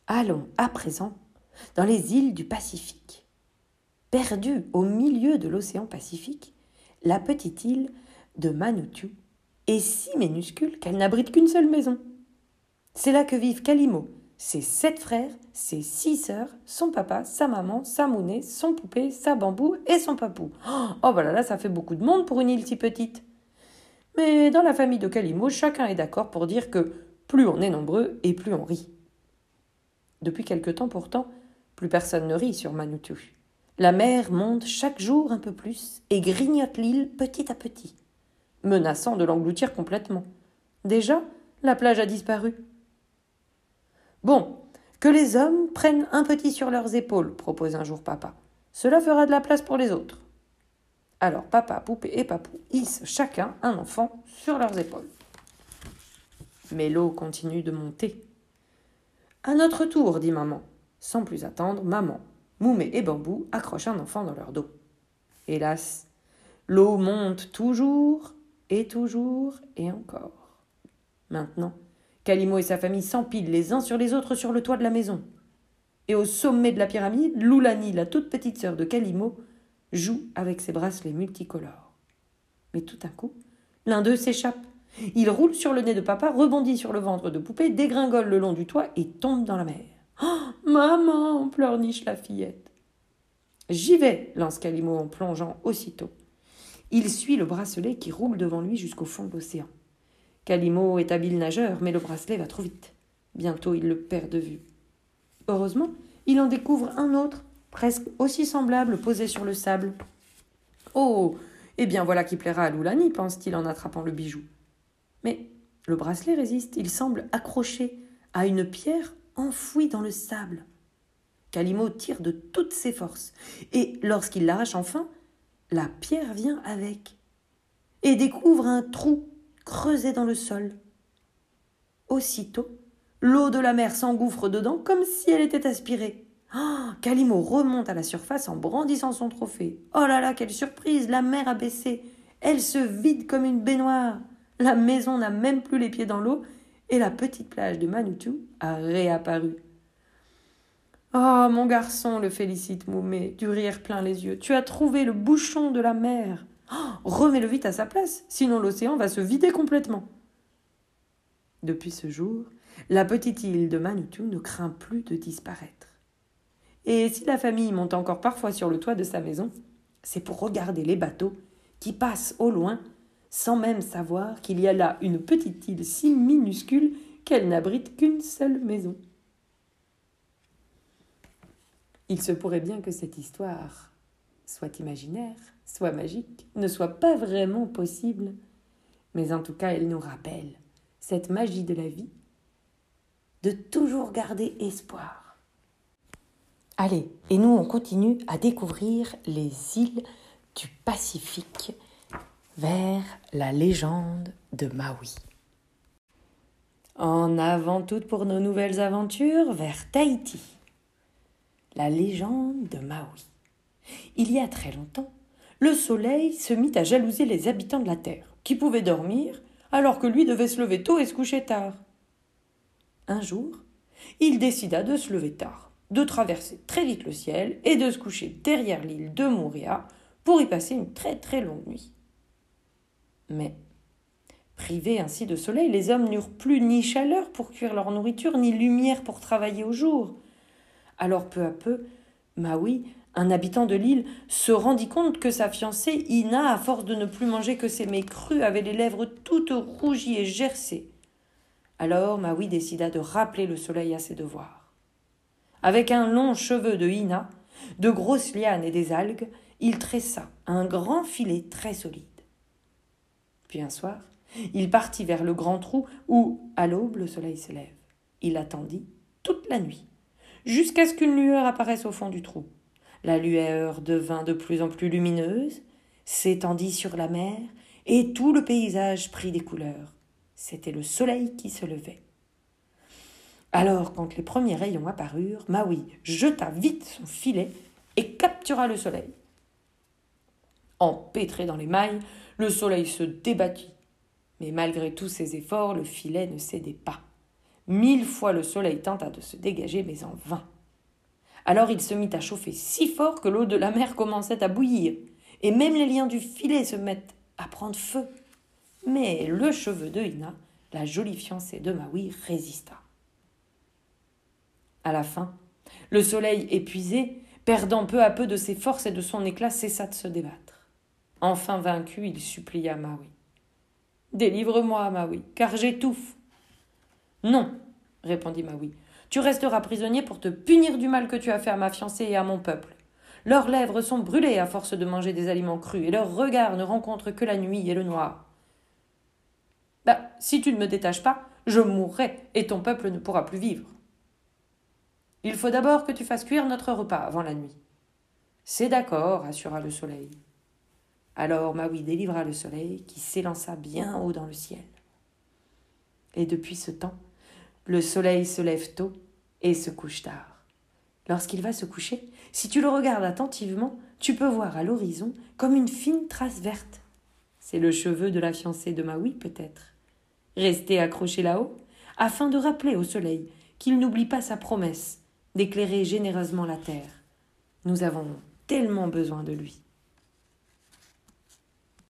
Allons à présent dans les îles du Pacifique. Perdue au milieu de l'océan Pacifique, la petite île de Manutú est si minuscule qu'elle n'abrite qu'une seule maison. C'est là que vivent Calimo, ses 7 frères, ses 6 sœurs, son papa, sa maman, sa mounée, son poupée, sa bambou et son papou. Oh bah là, ça fait beaucoup de monde pour une île si petite. Mais dans la famille de Calimo, chacun est d'accord pour dire que plus on est nombreux et plus on rit. Depuis quelque temps pourtant, plus personne ne rit sur Manutú. La mer monte chaque jour un peu plus et grignote l'île petit à petit, menaçant de l'engloutir complètement. Déjà, la plage a disparu. Bon, que les hommes prennent un petit sur leurs épaules, propose un jour papa. Cela fera de la place pour les autres. Alors papa, poupée et papou hissent chacun un enfant sur leurs épaules. Mais l'eau continue de monter. À notre tour, dit maman. Sans plus attendre, maman, Moumé et Bambou accrochent un enfant dans leur dos. Hélas, l'eau monte toujours et encore. Maintenant, Calimo et sa famille s'empilent les uns sur les autres sur le toit de la maison. Et au sommet de la pyramide, Loulani, la toute petite sœur de Calimo, joue avec ses bracelets multicolores. Mais tout à coup, l'un d'eux s'échappe. Il roule sur le nez de papa, rebondit sur le ventre de poupée, dégringole le long du toit et tombe dans la mer. Oh, maman, pleurniche la fillette. J'y vais, lance Calimo en plongeant aussitôt. Il suit le bracelet qui roule devant lui jusqu'au fond de l'océan. Calimo est habile nageur, mais le bracelet va trop vite. Bientôt, il le perd de vue. Heureusement, il en découvre un autre, presque aussi semblable, posé sur le sable. Oh, eh bien voilà qui plaira à Loulani, pense-t-il en attrapant le bijou. Mais le bracelet résiste, il semble accroché à une pierre enfouie dans le sable. Calimo tire de toutes ses forces, et lorsqu'il l'arrache enfin, la pierre vient avec, et découvre un trou creusé dans le sol. Aussitôt, l'eau de la mer s'engouffre dedans comme si elle était aspirée. Oh, Calimo remonte à la surface en brandissant son trophée. Oh là là, quelle surprise, la mer a baissé. Elle se vide comme une baignoire. La maison n'a même plus les pieds dans l'eau et la petite plage de Manutú a réapparu. Oh, mon garçon, le félicite Moumé, du rire plein les yeux. Tu as trouvé le bouchon de la mer. Oh, remets-le vite à sa place, sinon l'océan va se vider complètement. Depuis ce jour, la petite île de Manutú ne craint plus de disparaître. Et si la famille monte encore parfois sur le toit de sa maison, c'est pour regarder les bateaux qui passent au loin sans même savoir qu'il y a là une petite île si minuscule qu'elle n'abrite qu'une seule maison. Il se pourrait bien que cette histoire soit imaginaire, soit magique, ne soit pas vraiment possible, mais en tout cas elle nous rappelle cette magie de la vie, de toujours garder espoir. Allez, et nous on continue à découvrir les îles du Pacifique vers la légende de Maui. En avant toutes pour nos nouvelles aventures vers Tahiti. La légende de Maui. Il y a très longtemps, le soleil se mit à jalouser les habitants de la terre, qui pouvaient dormir alors que lui devait se lever tôt et se coucher tard. Un jour, il décida de se lever tard, de traverser très vite le ciel et de se coucher derrière l'île de Moorea pour y passer une très très longue nuit. Mais, privés ainsi de soleil, les hommes n'eurent plus ni chaleur pour cuire leur nourriture, ni lumière pour travailler au jour. Alors peu à peu, Maui, un habitant de l'île, se rendit compte que sa fiancée, Ina, à force de ne plus manger que ses mets crus, avait les lèvres toutes rougies et gercées. Alors Maui décida de rappeler le soleil à ses devoirs. Avec un long cheveu de Ina, de grosses lianes et des algues, il tressa un grand filet très solide. Puis un soir, il partit vers le grand trou où, à l'aube, le soleil se lève. Il attendit toute la nuit, jusqu'à ce qu'une lueur apparaisse au fond du trou. La lueur devint de plus en plus lumineuse, s'étendit sur la mer, et tout le paysage prit des couleurs. C'était le soleil qui se levait. Alors, quand les premiers rayons apparurent, Maui jeta vite son filet et captura le soleil. Empêtré dans les mailles, le soleil se débattit. Mais malgré tous ses efforts, le filet ne cédait pas. 1000 fois le soleil tenta de se dégager, mais en vain. Alors il se mit à chauffer si fort que l'eau de la mer commençait à bouillir, et même les liens du filet se mettent à prendre feu. Mais le cheveu de Ina, la jolie fiancée de Maui, résista. À la fin, le soleil épuisé, perdant peu à peu de ses forces et de son éclat, cessa de se débattre. Enfin vaincu, il supplia Maui. « Délivre-moi, Maui, car j'étouffe. »« Non, répondit Maui, tu resteras prisonnier pour te punir du mal que tu as fait à ma fiancée et à mon peuple. Leurs lèvres sont brûlées à force de manger des aliments crus, et leurs regards ne rencontrent que la nuit et le noir. Si tu ne me détaches pas, je mourrai, et ton peuple ne pourra plus vivre. Il faut d'abord que tu fasses cuire notre repas avant la nuit. »« C'est d'accord, assura le soleil. » Alors Maui délivra le soleil, qui s'élança bien haut dans le ciel. Et depuis ce temps, le soleil se lève tôt et se couche tard. Lorsqu'il va se coucher, si tu le regardes attentivement, tu peux voir à l'horizon comme une fine trace verte. C'est le cheveu de la fiancée de Maui, peut-être. Restez accroché là-haut, afin de rappeler au soleil qu'il n'oublie pas sa promesse d'éclairer généreusement la terre. Nous avons tellement besoin de lui.